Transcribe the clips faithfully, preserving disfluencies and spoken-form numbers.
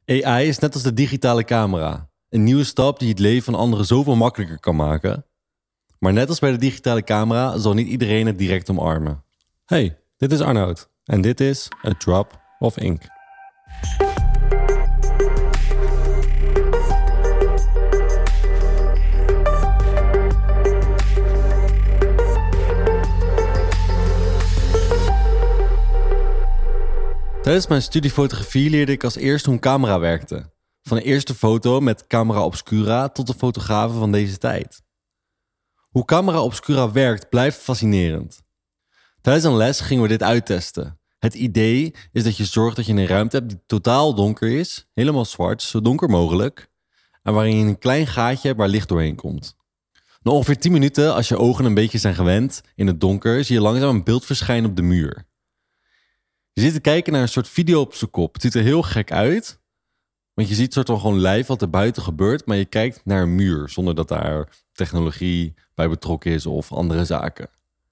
A I is net als de digitale camera. Een nieuwe stap die het leven van anderen zoveel makkelijker kan maken. Maar net als bij de digitale camera zal niet iedereen het direct omarmen. Hey, dit is Arnoud. En dit is A Drop of Ink. Tijdens mijn studie fotografie leerde ik als eerste hoe een camera werkte. Van de eerste foto met camera obscura tot de fotografen van deze tijd. Hoe camera obscura werkt blijft fascinerend. Tijdens een les gingen we dit uittesten. Het idee is dat je zorgt dat je een ruimte hebt die totaal donker is, helemaal zwart, zo donker mogelijk, en waarin je een klein gaatje hebt waar licht doorheen komt. Na ongeveer tien minuten, als je ogen een beetje zijn gewend in het donker, zie je langzaam een beeld verschijnen op de muur. Je zit te kijken naar een soort video op zijn kop. Het ziet er heel gek uit, want je ziet soort van gewoon live wat er buiten gebeurt, maar je kijkt naar een muur zonder dat daar technologie bij betrokken is of andere zaken.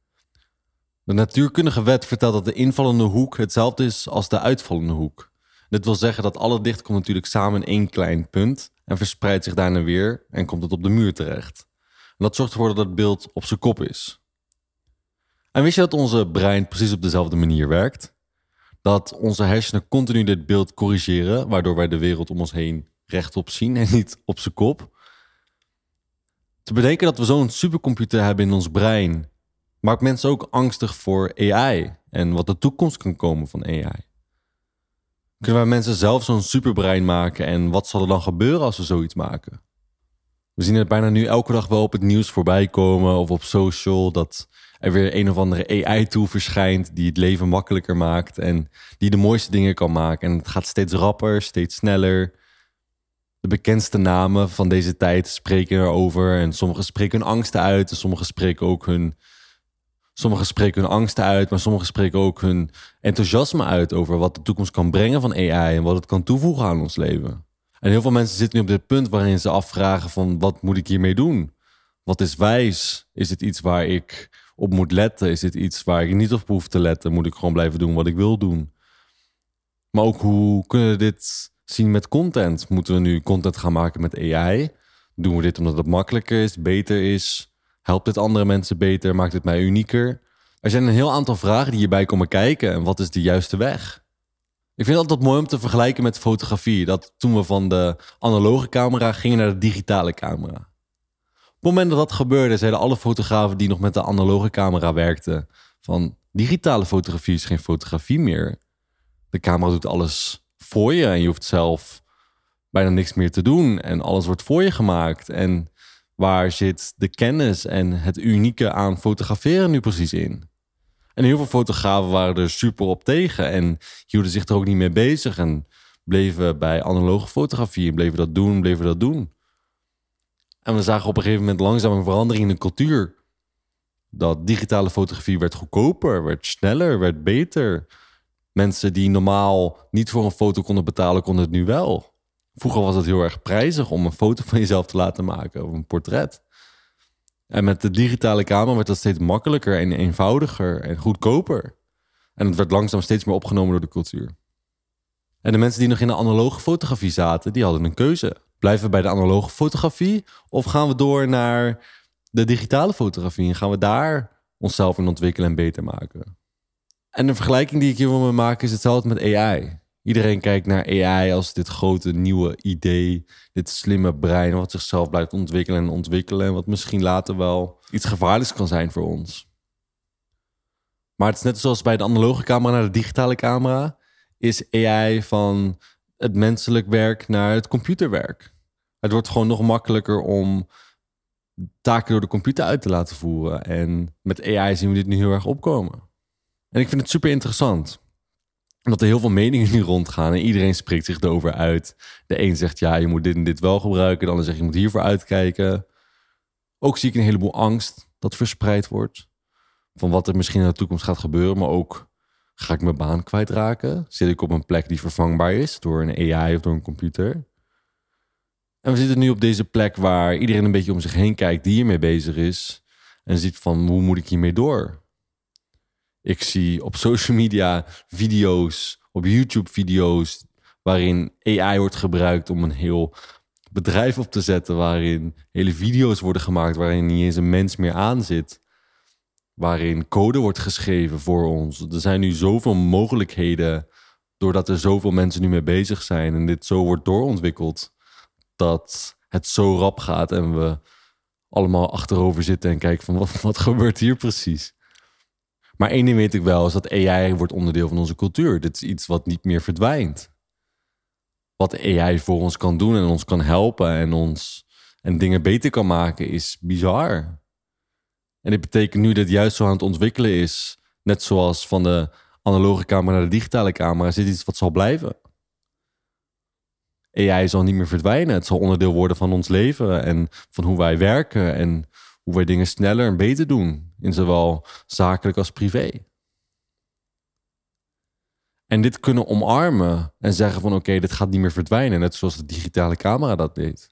De natuurkundige wet vertelt dat de invallende hoek hetzelfde is als de uitvallende hoek. Dit wil zeggen dat alle licht komt natuurlijk samen in één klein punt en verspreidt zich daarna weer en komt het op de muur terecht. En dat zorgt ervoor dat het beeld op zijn kop is. En wist je dat onze brein precies op dezelfde manier werkt? Dat onze hersenen continu dit beeld corrigeren, waardoor wij de wereld om ons heen rechtop zien en niet op zijn kop. Te bedenken dat we zo'n supercomputer hebben in ons brein maakt mensen ook angstig voor A I en wat de toekomst kan komen van A I. Kunnen wij mensen zelf zo'n superbrein maken en wat zal er dan gebeuren als we zoiets maken? We zien het bijna nu elke dag wel op het nieuws voorbij komen of op social dat er weer een of andere A I-tool verschijnt die het leven makkelijker maakt en die de mooiste dingen kan maken. En het gaat steeds rapper, steeds sneller. De bekendste namen van deze tijd spreken erover en sommigen spreken hun angsten uit en sommigen spreken ook hun, sommigen spreken hun angsten uit, maar sommigen spreken ook hun enthousiasme uit over wat de toekomst kan brengen van A I en wat het kan toevoegen aan ons leven. En heel veel mensen zitten nu op dit punt waarin ze afvragen van wat moet ik hiermee doen? Wat is wijs? Is het iets waar ik op moet letten? Is dit iets waar ik niet op hoef te letten? Moet ik gewoon blijven doen wat ik wil doen? Maar ook hoe kunnen we dit zien met content? Moeten we nu content gaan maken met A I? Doen we dit omdat het makkelijker is, beter is? Helpt dit andere mensen beter? Maakt het mij unieker? Er zijn een heel aantal vragen die hierbij komen kijken. En wat is de juiste weg? Ik vind het altijd mooi om te vergelijken met fotografie. Dat toen we van de analoge camera gingen naar de digitale camera. Op het moment dat dat gebeurde, zeiden alle fotografen die nog met de analoge camera werkten van digitale fotografie is geen fotografie meer. De camera doet alles voor je en je hoeft zelf bijna niks meer te doen en alles wordt voor je gemaakt. En waar zit de kennis en het unieke aan fotograferen nu precies in? En heel veel fotografen waren er super op tegen en hielden zich er ook niet mee bezig en bleven bij analoge fotografie en bleven dat doen, bleven dat doen. En we zagen op een gegeven moment langzaam een verandering in de cultuur. Dat digitale fotografie werd goedkoper, werd sneller, werd beter. Mensen die normaal niet voor een foto konden betalen, konden het nu wel. Vroeger was het heel erg prijzig om een foto van jezelf te laten maken of een portret. En met de digitale camera werd dat steeds makkelijker en eenvoudiger en goedkoper. En het werd langzaam steeds meer opgenomen door de cultuur. En de mensen die nog in de analoge fotografie zaten, die hadden een keuze. Blijven we bij de analoge fotografie of gaan we door naar de digitale fotografie en gaan we daar onszelf in ontwikkelen en beter maken? En de vergelijking die ik hier wil maken is hetzelfde met A I. Iedereen kijkt naar A I als dit grote nieuwe idee, dit slimme brein wat zichzelf blijft ontwikkelen en ontwikkelen en wat misschien later wel iets gevaarlijks kan zijn voor ons. Maar het is net zoals bij de analoge camera naar de digitale camera, is A I van het menselijk werk naar het computerwerk. Het wordt gewoon nog makkelijker om taken door de computer uit te laten voeren. En met A I zien we dit nu heel erg opkomen. En ik vind het super interessant. Omdat er heel veel meningen nu rondgaan en iedereen spreekt zich erover uit. De een zegt ja, je moet dit en dit wel gebruiken. De ander zegt je moet hiervoor uitkijken. Ook zie ik een heleboel angst dat verspreid wordt. Van wat er misschien in de toekomst gaat gebeuren. Maar ook, ga ik mijn baan kwijtraken? Zit ik op een plek die vervangbaar is door een A I of door een computer? En we zitten nu op deze plek waar iedereen een beetje om zich heen kijkt die hiermee bezig is. En ziet van, hoe moet ik hiermee door? Ik zie op social media video's, op YouTube video's waarin A I wordt gebruikt om een heel bedrijf op te zetten, waarin hele video's worden gemaakt, waarin niet eens een mens meer aan zit, waarin code wordt geschreven voor ons. Er zijn nu zoveel mogelijkheden, doordat er zoveel mensen nu mee bezig zijn en dit zo wordt doorontwikkeld, dat het zo rap gaat en we allemaal achterover zitten en kijken van wat, wat gebeurt hier precies. Maar één ding weet ik wel, is dat A I wordt onderdeel van onze cultuur. Dit is iets wat niet meer verdwijnt. Wat A I voor ons kan doen en ons kan helpen en ons en dingen beter kan maken, is bizar. En dit betekent nu dat het juist zo aan het ontwikkelen is, net zoals van de analoge camera naar de digitale camera, is dit iets wat zal blijven. A I zal niet meer verdwijnen. Het zal onderdeel worden van ons leven en van hoe wij werken en hoe wij dingen sneller en beter doen, in zowel zakelijk als privé. En dit kunnen omarmen en zeggen van oké, okay, dit gaat niet meer verdwijnen, net zoals de digitale camera dat deed.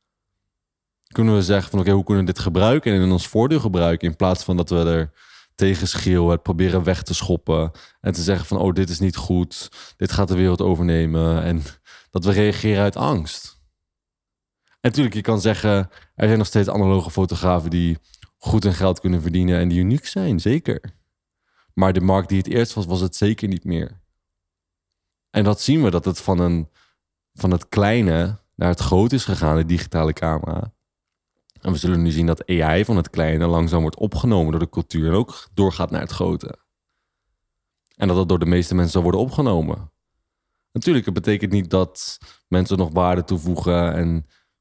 Kunnen we zeggen van oké, okay, hoe kunnen we dit gebruiken en in ons voordeel gebruiken, in plaats van dat we er tegen schreeuwen, het proberen weg te schoppen en te zeggen van oh, dit is niet goed, dit gaat de wereld overnemen en dat we reageren uit angst. En natuurlijk, je kan zeggen, er zijn nog steeds analoge fotografen die goed hun geld kunnen verdienen en die uniek zijn, zeker. Maar de markt die het eerst was, was het zeker niet meer. En dat zien we, dat het van, een, van het kleine naar het grote is gegaan, de digitale camera. En we zullen nu zien dat A I van het kleine langzaam wordt opgenomen door de cultuur en ook doorgaat naar het grote. En dat dat door de meeste mensen zal worden opgenomen. Natuurlijk, het betekent niet dat mensen nog waarde toevoegen en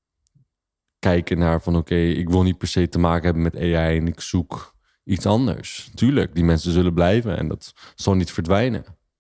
kijken naar van oké, okay, ik wil niet per se te maken hebben met A I en ik zoek iets anders. Tuurlijk, die mensen zullen blijven en dat zal niet verdwijnen.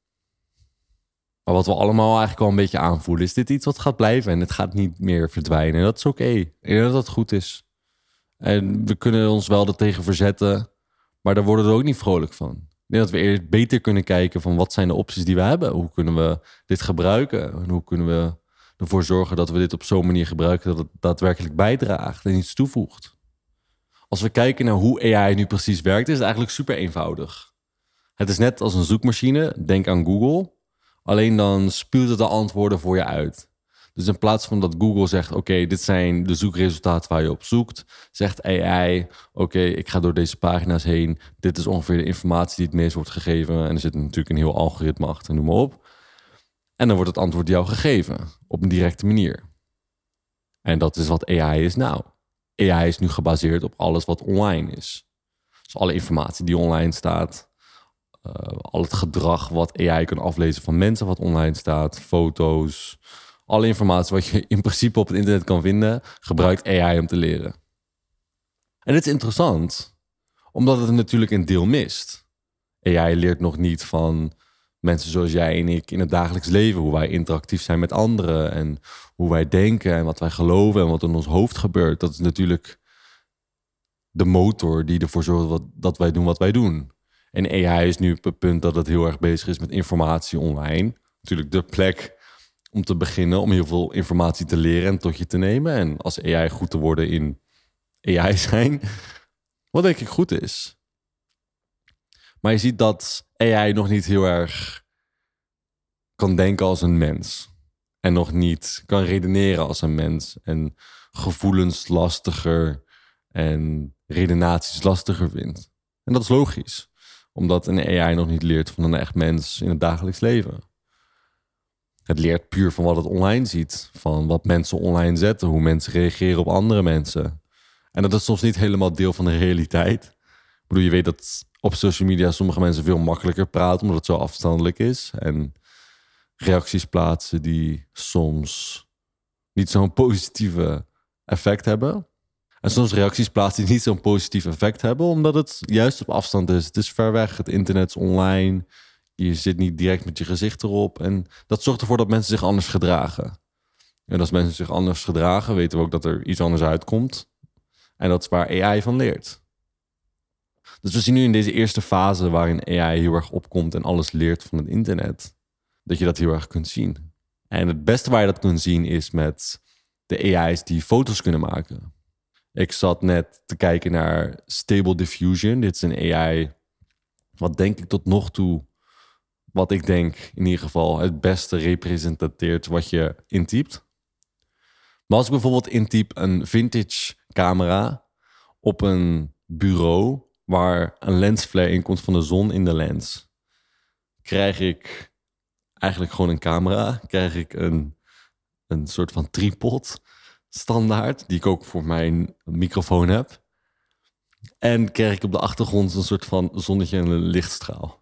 Maar wat we allemaal eigenlijk al een beetje aanvoelen, is dit iets wat gaat blijven en het gaat niet meer verdwijnen. En dat is oké. Okay. Ik denk dat dat goed is. En we kunnen ons wel er tegen verzetten, maar daar worden we er ook niet vrolijk van. Ik denk dat we eerder beter kunnen kijken van wat zijn de opties die we hebben. Hoe kunnen we dit gebruiken? En hoe kunnen we ervoor zorgen dat we dit op zo'n manier gebruiken dat het daadwerkelijk bijdraagt en iets toevoegt. Als we kijken naar hoe A I nu precies werkt, is het eigenlijk super eenvoudig. Het is net als een zoekmachine, denk aan Google. Alleen dan spuwt het de antwoorden voor je uit. Dus in plaats van dat Google zegt, oké, okay, dit zijn de zoekresultaten waar je op zoekt, zegt A I, oké, okay, ik ga door deze pagina's heen. Dit is ongeveer de informatie die het meest wordt gegeven. En er zit natuurlijk een heel algoritme achter, noem maar op. En dan wordt het antwoord jou gegeven op een directe manier. En dat is wat A I is nou. A I is nu gebaseerd op alles wat online is. Dus alle informatie die online staat, uh, al het gedrag wat A I kan aflezen van mensen wat online staat, foto's, alle informatie wat je in principe op het internet kan vinden, gebruikt A I om te leren. En dit is interessant, omdat het natuurlijk een deel mist. A I leert nog niet van mensen zoals jij en ik in het dagelijks leven, hoe wij interactief zijn met anderen en hoe wij denken en wat wij geloven en wat in ons hoofd gebeurt. Dat is natuurlijk de motor die ervoor zorgt dat wij doen wat wij doen. En A I is nu op het punt dat het heel erg bezig is met informatie online. Natuurlijk de plek om te beginnen, om heel veel informatie te leren en tot je te nemen. En als A I goed te worden in A I zijn, wat denk ik goed is. Maar je ziet dat A I nog niet heel erg kan denken als een mens. En nog niet kan redeneren als een mens. En gevoelens lastiger en redenaties lastiger vindt. En dat is logisch. Omdat een A I nog niet leert van een echt mens in het dagelijks leven. Het leert puur van wat het online ziet. Van wat mensen online zetten. Hoe mensen reageren op andere mensen. En dat is soms niet helemaal deel van de realiteit. Ik bedoel, je weet dat op social media sommige mensen veel makkelijker praten, omdat het zo afstandelijk is. En reacties plaatsen die soms niet zo'n positieve effect hebben. En soms reacties plaatsen die niet zo'n positief effect hebben, omdat het juist op afstand is. Het is ver weg, het internet is online. Je zit niet direct met je gezicht erop. En dat zorgt ervoor dat mensen zich anders gedragen. En als mensen zich anders gedragen, weten we ook dat er iets anders uitkomt. En dat is waar A I van leert. Dus we zien nu in deze eerste fase waarin A I heel erg opkomt en alles leert van het internet, dat je dat heel erg kunt zien. En het beste waar je dat kunt zien is met de A I's die foto's kunnen maken. Ik zat net te kijken naar Stable Diffusion. Dit is een A I wat denk ik tot nog toe wat ik denk in ieder geval het beste representeert wat je intypt. Maar als ik bijvoorbeeld intyp een vintage camera op een bureau waar een lensflare in komt van de zon in de lens, krijg ik eigenlijk gewoon een camera, krijg ik een, een soort van tripod standaard, die ik ook voor mijn microfoon heb. En krijg ik op de achtergrond een soort van zonnetje en een lichtstraal.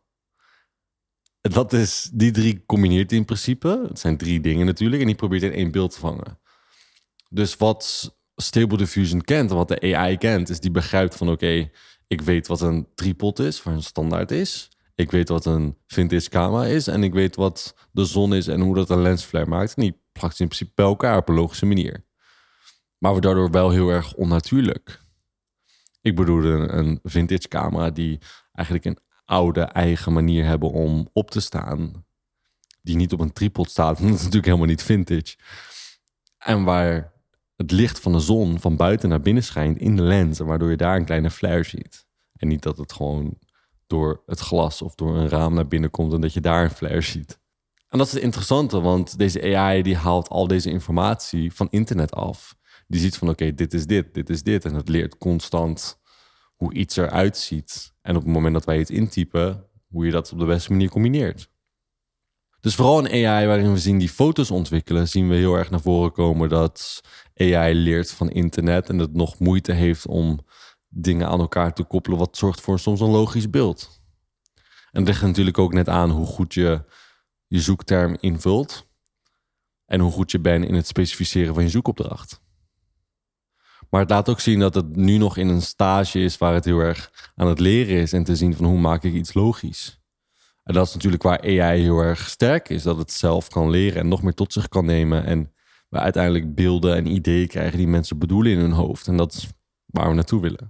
En dat is, die drie combineert in principe. Het zijn drie dingen natuurlijk en die probeert in één beeld te vangen. Dus wat Stable Diffusion kent en wat de A I kent, is die begrijpt van oké, okay, ik weet wat een tripod is, wat een standaard is. Ik weet wat een vintage camera is en ik weet wat de zon is en hoe dat een lensflare maakt. En die plakt in principe bij elkaar op een logische manier. Maar we daardoor wel heel erg onnatuurlijk. Ik bedoel een, een vintage camera die eigenlijk een oude eigen manier hebben om op te staan. Die niet op een tripod staat. Dat is natuurlijk helemaal niet vintage. En waar het licht van de zon van buiten naar binnen schijnt in de lens. En waardoor je daar een kleine flare ziet. En niet dat het gewoon door het glas of door een raam naar binnen komt en dat je daar een flare ziet. En dat is het interessante, want deze A I die haalt al deze informatie van internet af. Die ziet van oké, okay, dit is dit, dit is dit. En het leert constant hoe iets eruit ziet. En op het moment dat wij het intypen, hoe je dat op de beste manier combineert. Dus vooral in A I waarin we zien die foto's ontwikkelen, zien we heel erg naar voren komen dat A I leert van internet en het nog moeite heeft om dingen aan elkaar te koppelen, wat zorgt voor soms een logisch beeld. En het ligt natuurlijk ook net aan hoe goed je je zoekterm invult en hoe goed je bent in het specificeren van je zoekopdracht. Maar het laat ook zien dat het nu nog in een stage is waar het heel erg aan het leren is en te zien van hoe maak ik iets logisch. En dat is natuurlijk waar A I heel erg sterk is, dat het zelf kan leren en nog meer tot zich kan nemen en we uiteindelijk beelden en ideeën krijgen die mensen bedoelen in hun hoofd. En dat is waar we naartoe willen.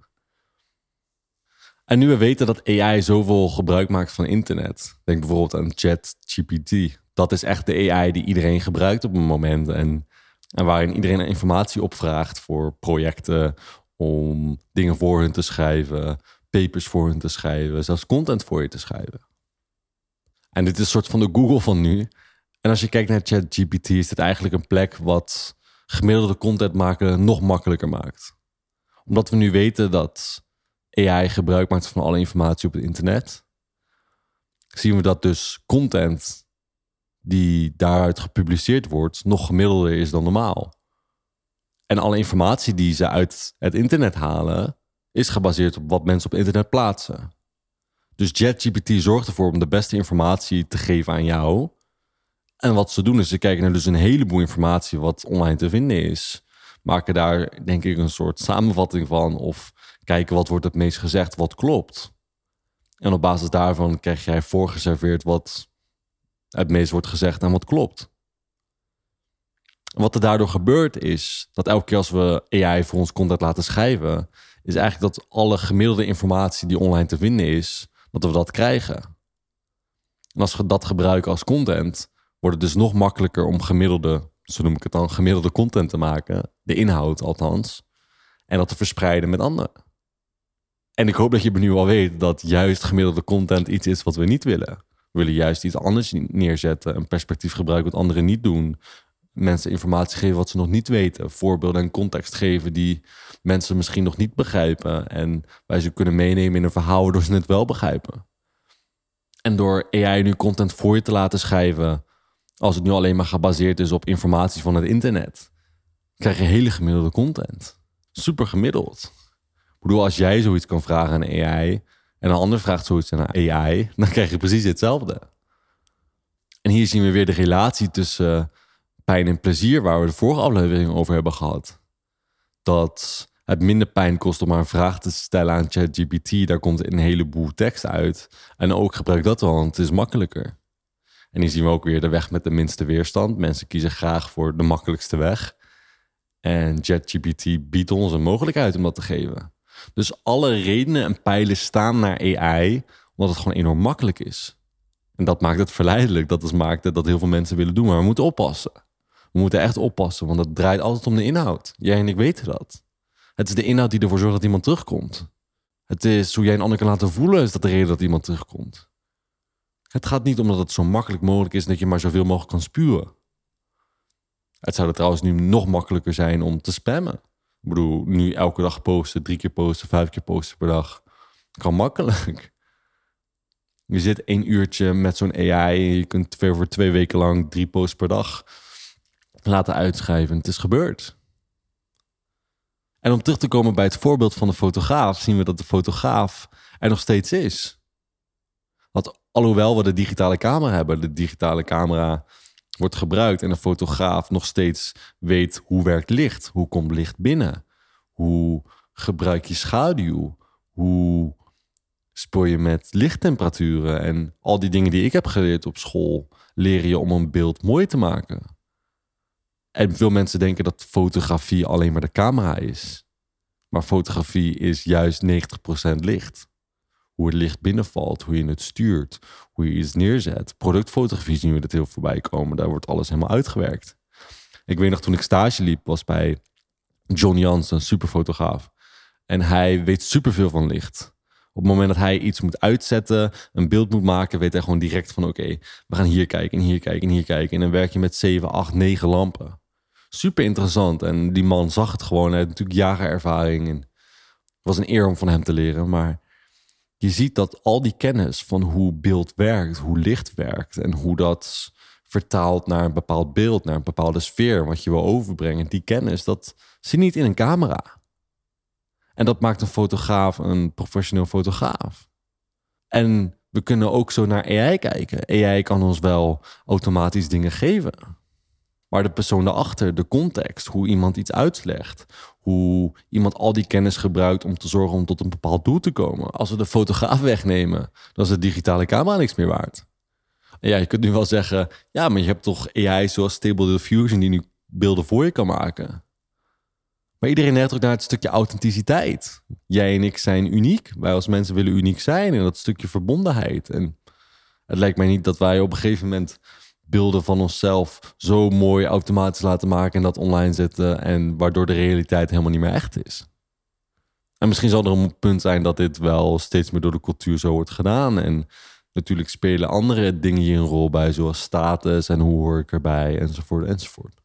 En nu we weten dat A I zoveel gebruik maakt van internet, denk bijvoorbeeld aan ChatGPT. Dat is echt de A I die iedereen gebruikt op een moment en En waarin iedereen informatie opvraagt voor projecten, om dingen voor hun te schrijven, papers voor hun te schrijven, zelfs content voor je te schrijven. En dit is een soort van de Google van nu. En als je kijkt naar ChatGPT, is dit eigenlijk een plek wat gemiddelde content maken nog makkelijker maakt. Omdat we nu weten dat A I gebruik maakt van alle informatie op het internet, zien we dat dus content die daaruit gepubliceerd wordt, nog gemiddelder is dan normaal. En alle informatie die ze uit het internet halen, is gebaseerd op wat mensen op internet plaatsen. Dus ChatGPT zorgt ervoor om de beste informatie te geven aan jou. En wat ze doen is, ze kijken naar dus een heleboel informatie wat online te vinden is. Maken daar, denk ik, een soort samenvatting van of kijken wat wordt het meest gezegd, wat klopt. En op basis daarvan krijg jij voorgeserveerd wat het meest wordt gezegd en wat klopt. En wat er daardoor gebeurt is dat elke keer als we A I voor ons content laten schrijven, is eigenlijk dat alle gemiddelde informatie die online te vinden is, dat we dat krijgen. En als we dat gebruiken als content, wordt het dus nog makkelijker om gemiddelde, zo noem ik het dan, gemiddelde content te maken, de inhoud althans, en dat te verspreiden met anderen. En ik hoop dat je nu al weet dat juist gemiddelde content iets is wat we niet willen. We willen juist iets anders neerzetten, een perspectief gebruiken wat anderen niet doen. Mensen informatie geven wat ze nog niet weten. Voorbeelden en context geven die mensen misschien nog niet begrijpen. En wij ze kunnen meenemen in een verhaal waardoor ze het wel begrijpen. En door A I nu content voor je te laten schrijven, als het nu alleen maar gebaseerd is op informatie van het internet, krijg je hele gemiddelde content. Super gemiddeld. Ik bedoel, als jij zoiets kan vragen aan A I en een ander vraagt zoiets aan A I, dan krijg je precies hetzelfde. En hier zien we weer de relatie tussen pijn en plezier, waar we de vorige aflevering over hebben gehad. Dat het minder pijn kost om maar een vraag te stellen aan ChatGPT. Daar komt een heleboel tekst uit. En ook gebruik dat wel, want het is makkelijker. En hier zien we ook weer de weg met de minste weerstand. Mensen kiezen graag voor de makkelijkste weg. En ChatGPT biedt ons een mogelijkheid om dat te geven. Dus alle redenen en pijlen staan naar A I, omdat het gewoon enorm makkelijk is. En dat maakt het verleidelijk. Dat is maakt het dat heel veel mensen willen doen. Maar we moeten oppassen. We moeten echt oppassen, want het draait altijd om de inhoud. Jij en ik weten dat. Het is de inhoud die ervoor zorgt dat iemand terugkomt. Het is hoe jij een ander kan laten voelen, is dat de reden dat iemand terugkomt. Het gaat niet om dat het zo makkelijk mogelijk is dat je maar zoveel mogelijk kan spuwen. Het zou er trouwens nu nog makkelijker zijn om te spammen. Ik bedoel, nu elke dag posten, drie keer posten, vijf keer posten per dag. Kan makkelijk. Je zit één uurtje met zo'n A I en je kunt voor twee weken lang drie posts per dag laten uitschrijven. Het is gebeurd. En om terug te komen bij het voorbeeld van de fotograaf, zien we dat de fotograaf er nog steeds is. Want alhoewel we de digitale camera hebben, de digitale camera wordt gebruikt en de fotograaf nog steeds weet hoe werkt licht, hoe komt licht binnen, hoe gebruik je schaduw, hoe speel je met lichttemperaturen en al die dingen die ik heb geleerd op school, leer je om een beeld mooi te maken. En veel mensen denken dat fotografie alleen maar de camera is. Maar fotografie is juist negentig procent licht. Hoe het licht binnenvalt, hoe je het stuurt, hoe je iets neerzet. Productfotografie zien we dat heel voorbij komen. Daar wordt alles helemaal uitgewerkt. Ik weet nog, toen ik stage liep, was bij John Jansen, een superfotograaf. En hij weet superveel van licht. Op het moment dat hij iets moet uitzetten, een beeld moet maken, weet hij gewoon direct van oké, okay, we gaan hier kijken en hier kijken en hier kijken. En dan werk je met zeven, acht, negen lampen. Super interessant. En die man zag het gewoon. Hij had natuurlijk jagerervaring. En het was een eer om van hem te leren. Maar je ziet dat al die kennis van hoe beeld werkt, hoe licht werkt en hoe dat vertaalt naar een bepaald beeld, naar een bepaalde sfeer, wat je wil overbrengen, die kennis, dat zit niet in een camera. En dat maakt een fotograaf een professioneel fotograaf. En we kunnen ook zo naar A I kijken. A I kan ons wel automatisch dingen geven. Maar de persoon daarachter, de context, hoe iemand iets uitlegt, hoe iemand al die kennis gebruikt om te zorgen om tot een bepaald doel te komen. Als we de fotograaf wegnemen, dan is de digitale camera niks meer waard. En ja, je kunt nu wel zeggen, ja, maar je hebt toch A I zoals Stable Diffusion die nu beelden voor je kan maken. Maar iedereen neigt ook naar het stukje authenticiteit. Jij en ik zijn uniek. Wij als mensen willen uniek zijn en dat stukje verbondenheid. En het lijkt mij niet dat wij op een gegeven moment beelden van onszelf zo mooi automatisch laten maken en dat online zetten en waardoor de realiteit helemaal niet meer echt is. En misschien zal er een punt zijn dat dit wel steeds meer door de cultuur zo wordt gedaan. En natuurlijk spelen andere dingen hier een rol bij, zoals status en hoe hoor ik erbij, enzovoort, enzovoort.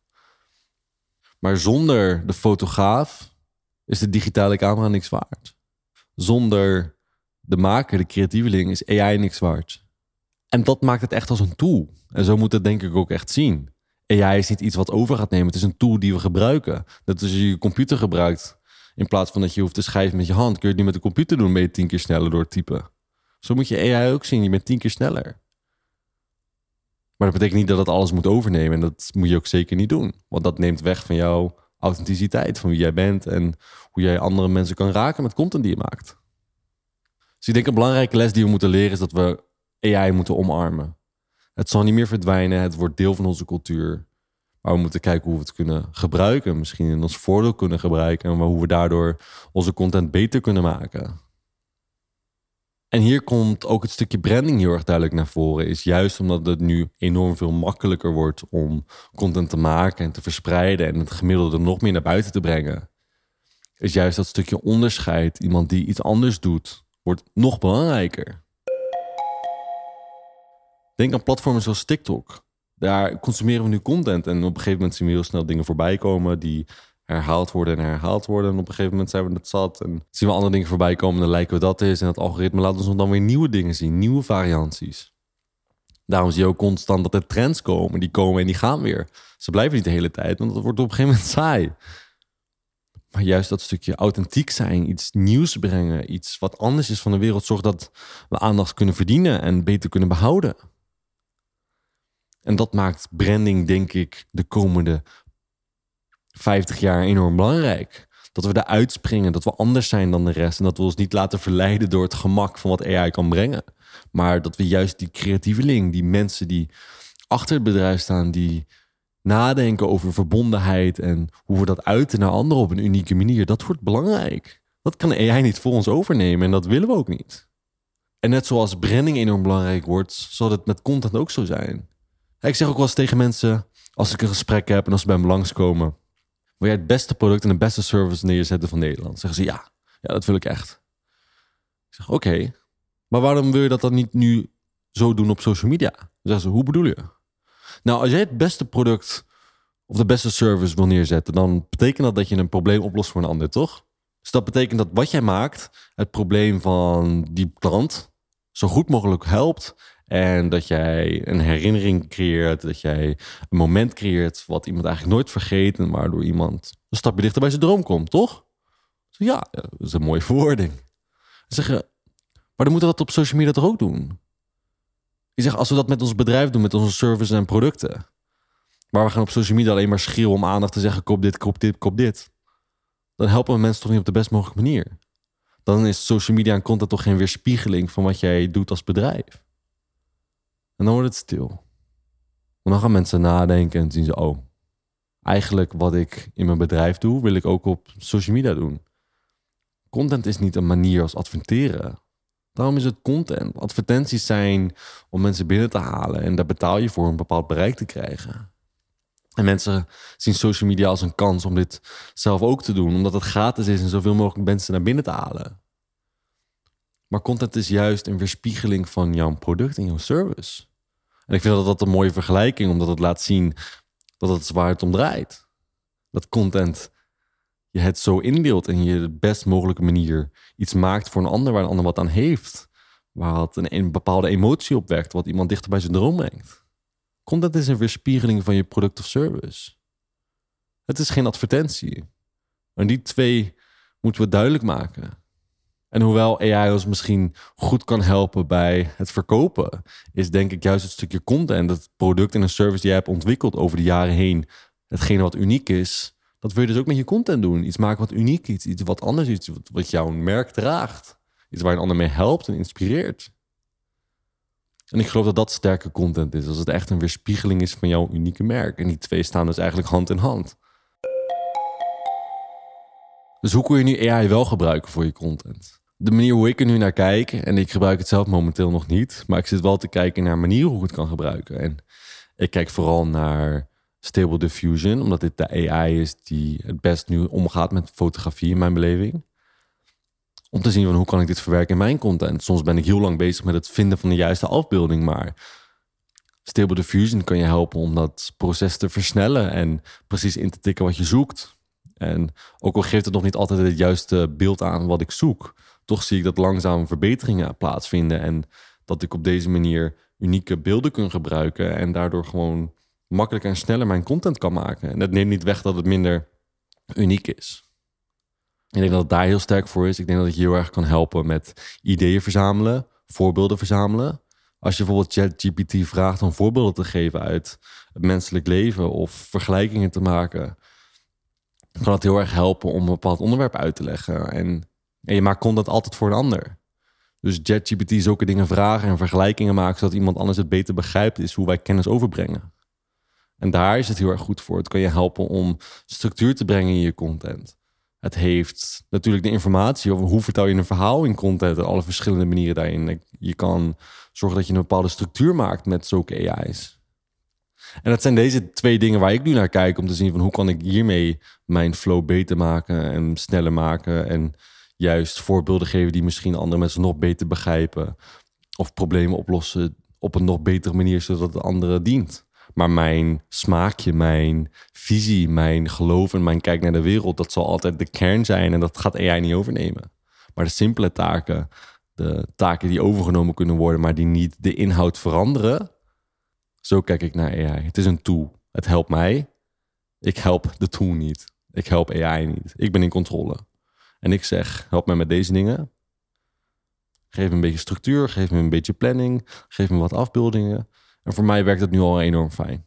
Maar zonder de fotograaf is de digitale camera niks waard. Zonder de maker, de creatieveling, is A I niks waard. En dat maakt het echt als een tool. En zo moet het denk ik ook echt zien. A I is niet iets wat over gaat nemen. Het is een tool die we gebruiken. Dat als je je computer gebruikt, in plaats van dat je hoeft te schrijven met je hand, kun je het nu met de computer doen, ben je tien keer sneller door het typen. Zo moet je A I ook zien. Je bent tien keer sneller. Maar dat betekent niet dat het alles moet overnemen. En dat moet je ook zeker niet doen. Want dat neemt weg van jouw authenticiteit, van wie jij bent en hoe jij andere mensen kan raken met content die je maakt. Dus ik denk een belangrijke les die we moeten leren is dat we A I moeten omarmen. Het zal niet meer verdwijnen. Het wordt deel van onze cultuur. Maar we moeten kijken hoe we het kunnen gebruiken. Misschien in ons voordeel kunnen gebruiken. Maar hoe we daardoor onze content beter kunnen maken. En hier komt ook het stukje branding heel erg duidelijk naar voren. Is juist omdat het nu enorm veel makkelijker wordt om content te maken en te verspreiden. En het gemiddelde nog meer naar buiten te brengen. Is juist dat stukje onderscheid. Iemand die iets anders doet, wordt nog belangrijker. Denk aan platformen zoals TikTok. Daar consumeren we nu content en op een gegeven moment zien we heel snel dingen voorbij komen die herhaald worden en herhaald worden. En op een gegeven moment zijn we het zat en zien we andere dingen voorbij komen en dan lijken we dat is. En het algoritme laat ons dan weer nieuwe dingen zien, nieuwe varianties. Daarom zie je ook constant dat er trends komen. Die komen en die gaan weer. Ze blijven niet de hele tijd, want dat wordt op een gegeven moment saai. Maar juist dat stukje authentiek zijn, iets nieuws brengen, iets wat anders is van de wereld, zorgt dat we aandacht kunnen verdienen en beter kunnen behouden. En dat maakt branding, denk ik, de komende vijftig jaar enorm belangrijk. Dat we eruit springen, dat we anders zijn dan de rest. En dat we ons niet laten verleiden door het gemak van wat A I kan brengen. Maar dat we juist die creatieveling, die mensen die achter het bedrijf staan, die nadenken over verbondenheid en hoe we dat uiten naar anderen op een unieke manier, dat wordt belangrijk. Dat kan A I niet voor ons overnemen en dat willen we ook niet. En net zoals branding enorm belangrijk wordt, zal het met content ook zo zijn. Ik zeg ook wel eens tegen mensen, als ik een gesprek heb en als ze bij me langskomen, wil jij het beste product en de beste service neerzetten van Nederland? Zeggen ze ja, ja dat wil ik echt. Ik zeg oké, okay, maar waarom wil je dat dan niet nu zo doen op social media. Dan zeggen ze, hoe bedoel je? Nou, als jij het beste product of de beste service wil neerzetten, dan betekent dat dat je een probleem oplost voor een ander, toch? Dus dat betekent dat wat jij maakt, het probleem van die klant zo goed mogelijk helpt. En dat jij een herinnering creëert, dat jij een moment creëert wat iemand eigenlijk nooit vergeet en waardoor iemand een stapje dichter bij zijn droom komt, toch? Dus ja, dat is een mooie verwoording. Dan zeg je, maar dan moeten we dat op social media toch ook doen? Ik zeg, als we dat met ons bedrijf doen, met onze services en producten, maar we gaan op social media alleen maar schreeuwen om aandacht te zeggen, koop dit, koop dit, koop dit, dan helpen we mensen toch niet op de best mogelijke manier. Dan is social media en content toch geen weerspiegeling van wat jij doet als bedrijf. En dan wordt het stil. En dan gaan mensen nadenken en zien ze, oh, eigenlijk wat ik in mijn bedrijf doe, wil ik ook op social media doen. Content is niet een manier als adverteren. Daarom is het content. Advertenties zijn om mensen binnen te halen en daar betaal je voor om een bepaald bereik te krijgen. En mensen zien social media als een kans om dit zelf ook te doen, omdat het gratis is en zoveel mogelijk mensen naar binnen te halen. Maar content is juist een weerspiegeling van jouw product en jouw service. En ik vind dat dat een mooie vergelijking, omdat het laat zien dat het is waar het om draait. Dat content je het zo indeelt en je de best mogelijke manier iets maakt voor een ander waar een ander wat aan heeft. Waar het een, een bepaalde emotie opwekt, wat iemand dichter bij zijn droom brengt. Content is een weerspiegeling van je product of service. Het is geen advertentie. En die twee moeten we duidelijk maken. En hoewel A I ons misschien goed kan helpen bij het verkopen, is denk ik juist het stukje content, het product en een service die je hebt ontwikkeld over de jaren heen, hetgene wat uniek is, dat wil je dus ook met je content doen. Iets maken wat uniek is, iets wat anders is, iets wat jouw merk draagt. Iets waar een ander mee helpt en inspireert. En ik geloof dat dat sterke content is, als het echt een weerspiegeling is van jouw unieke merk. En die twee staan dus eigenlijk hand in hand. Dus hoe kun je nu A I wel gebruiken voor je content? De manier hoe ik er nu naar kijk, en ik gebruik het zelf momenteel nog niet, maar ik zit wel te kijken naar manieren hoe ik het kan gebruiken. En ik kijk vooral naar Stable Diffusion, omdat dit de A I is die het best nu omgaat met fotografie in mijn beleving. Om te zien van hoe kan ik dit verwerken in mijn content. Soms ben ik heel lang bezig met het vinden van de juiste afbeelding, maar Stable Diffusion kan je helpen om dat proces te versnellen en precies in te tikken wat je zoekt. En ook al geeft het nog niet altijd het juiste beeld aan wat ik zoek, toch zie ik dat langzaam verbeteringen plaatsvinden en dat ik op deze manier unieke beelden kan gebruiken en daardoor gewoon makkelijker en sneller mijn content kan maken. En dat neemt niet weg dat het minder uniek is. Ik denk dat het daar heel sterk voor is. Ik denk dat het je heel erg kan helpen met ideeën verzamelen, voorbeelden verzamelen. Als je bijvoorbeeld ChatGPT vraagt om voorbeelden te geven uit het menselijk leven of vergelijkingen te maken, kan het heel erg helpen om een bepaald onderwerp uit te leggen. En, en je maakt content altijd voor een ander. Dus ChatGPT zulke dingen vragen en vergelijkingen maken, zodat iemand anders het beter begrijpt, is hoe wij kennis overbrengen. En daar is het heel erg goed voor. Het kan je helpen om structuur te brengen in je content. Het heeft natuurlijk de informatie over hoe vertel je een verhaal in content en alle verschillende manieren daarin. Je kan zorgen dat je een bepaalde structuur maakt met zulke A I's. En dat zijn deze twee dingen waar ik nu naar kijk om te zien van hoe kan ik hiermee mijn flow beter maken en sneller maken en juist voorbeelden geven die misschien andere mensen nog beter begrijpen of problemen oplossen op een nog betere manier zodat het anderen dient. Maar mijn smaakje, mijn visie, mijn geloof en mijn kijk naar de wereld, dat zal altijd de kern zijn en dat gaat A I niet overnemen. Maar de simpele taken, de taken die overgenomen kunnen worden, maar die niet de inhoud veranderen, zo kijk ik naar A I. Het is een tool. Het helpt mij. Ik help de tool niet. Ik help A I niet. Ik ben in controle. En ik zeg, help mij met deze dingen. Geef me een beetje structuur, geef me een beetje planning, geef me wat afbeeldingen. En voor mij werkt het nu al enorm fijn.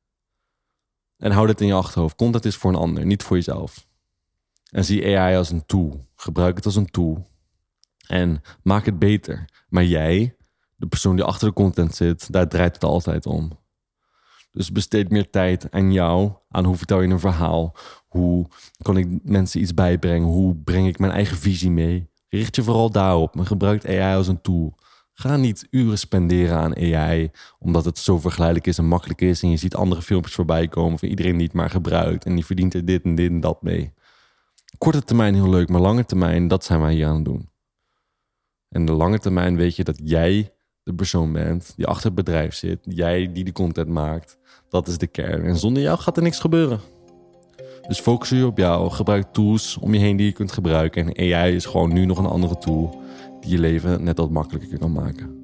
En hou dit in je achterhoofd. Content is voor een ander, niet voor jezelf. En zie A I als een tool. Gebruik het als een tool. En maak het beter. Maar jij, de persoon die achter de content zit, daar draait het altijd om. Dus besteed meer tijd aan jou, aan hoe vertel je een verhaal, hoe kan ik mensen iets bijbrengen, hoe breng ik mijn eigen visie mee. Richt je vooral daarop, maar gebruik A I als een tool. Ga niet uren spenderen aan A I, omdat het zo vergelijkelijk is en makkelijk is en je ziet andere filmpjes voorbij komen van iedereen die het maar gebruikt en die verdient er dit en dit en dat mee. Korte termijn heel leuk, maar lange termijn, dat zijn wij hier aan het doen. En de lange termijn weet je dat jij de de persoon bent die achter het bedrijf zit. Jij die de content maakt. Dat is de kern. En zonder jou gaat er niks gebeuren. Dus focus je op jou. Gebruik tools om je heen die je kunt gebruiken. En A I is gewoon nu nog een andere tool die je leven net wat makkelijker kan maken.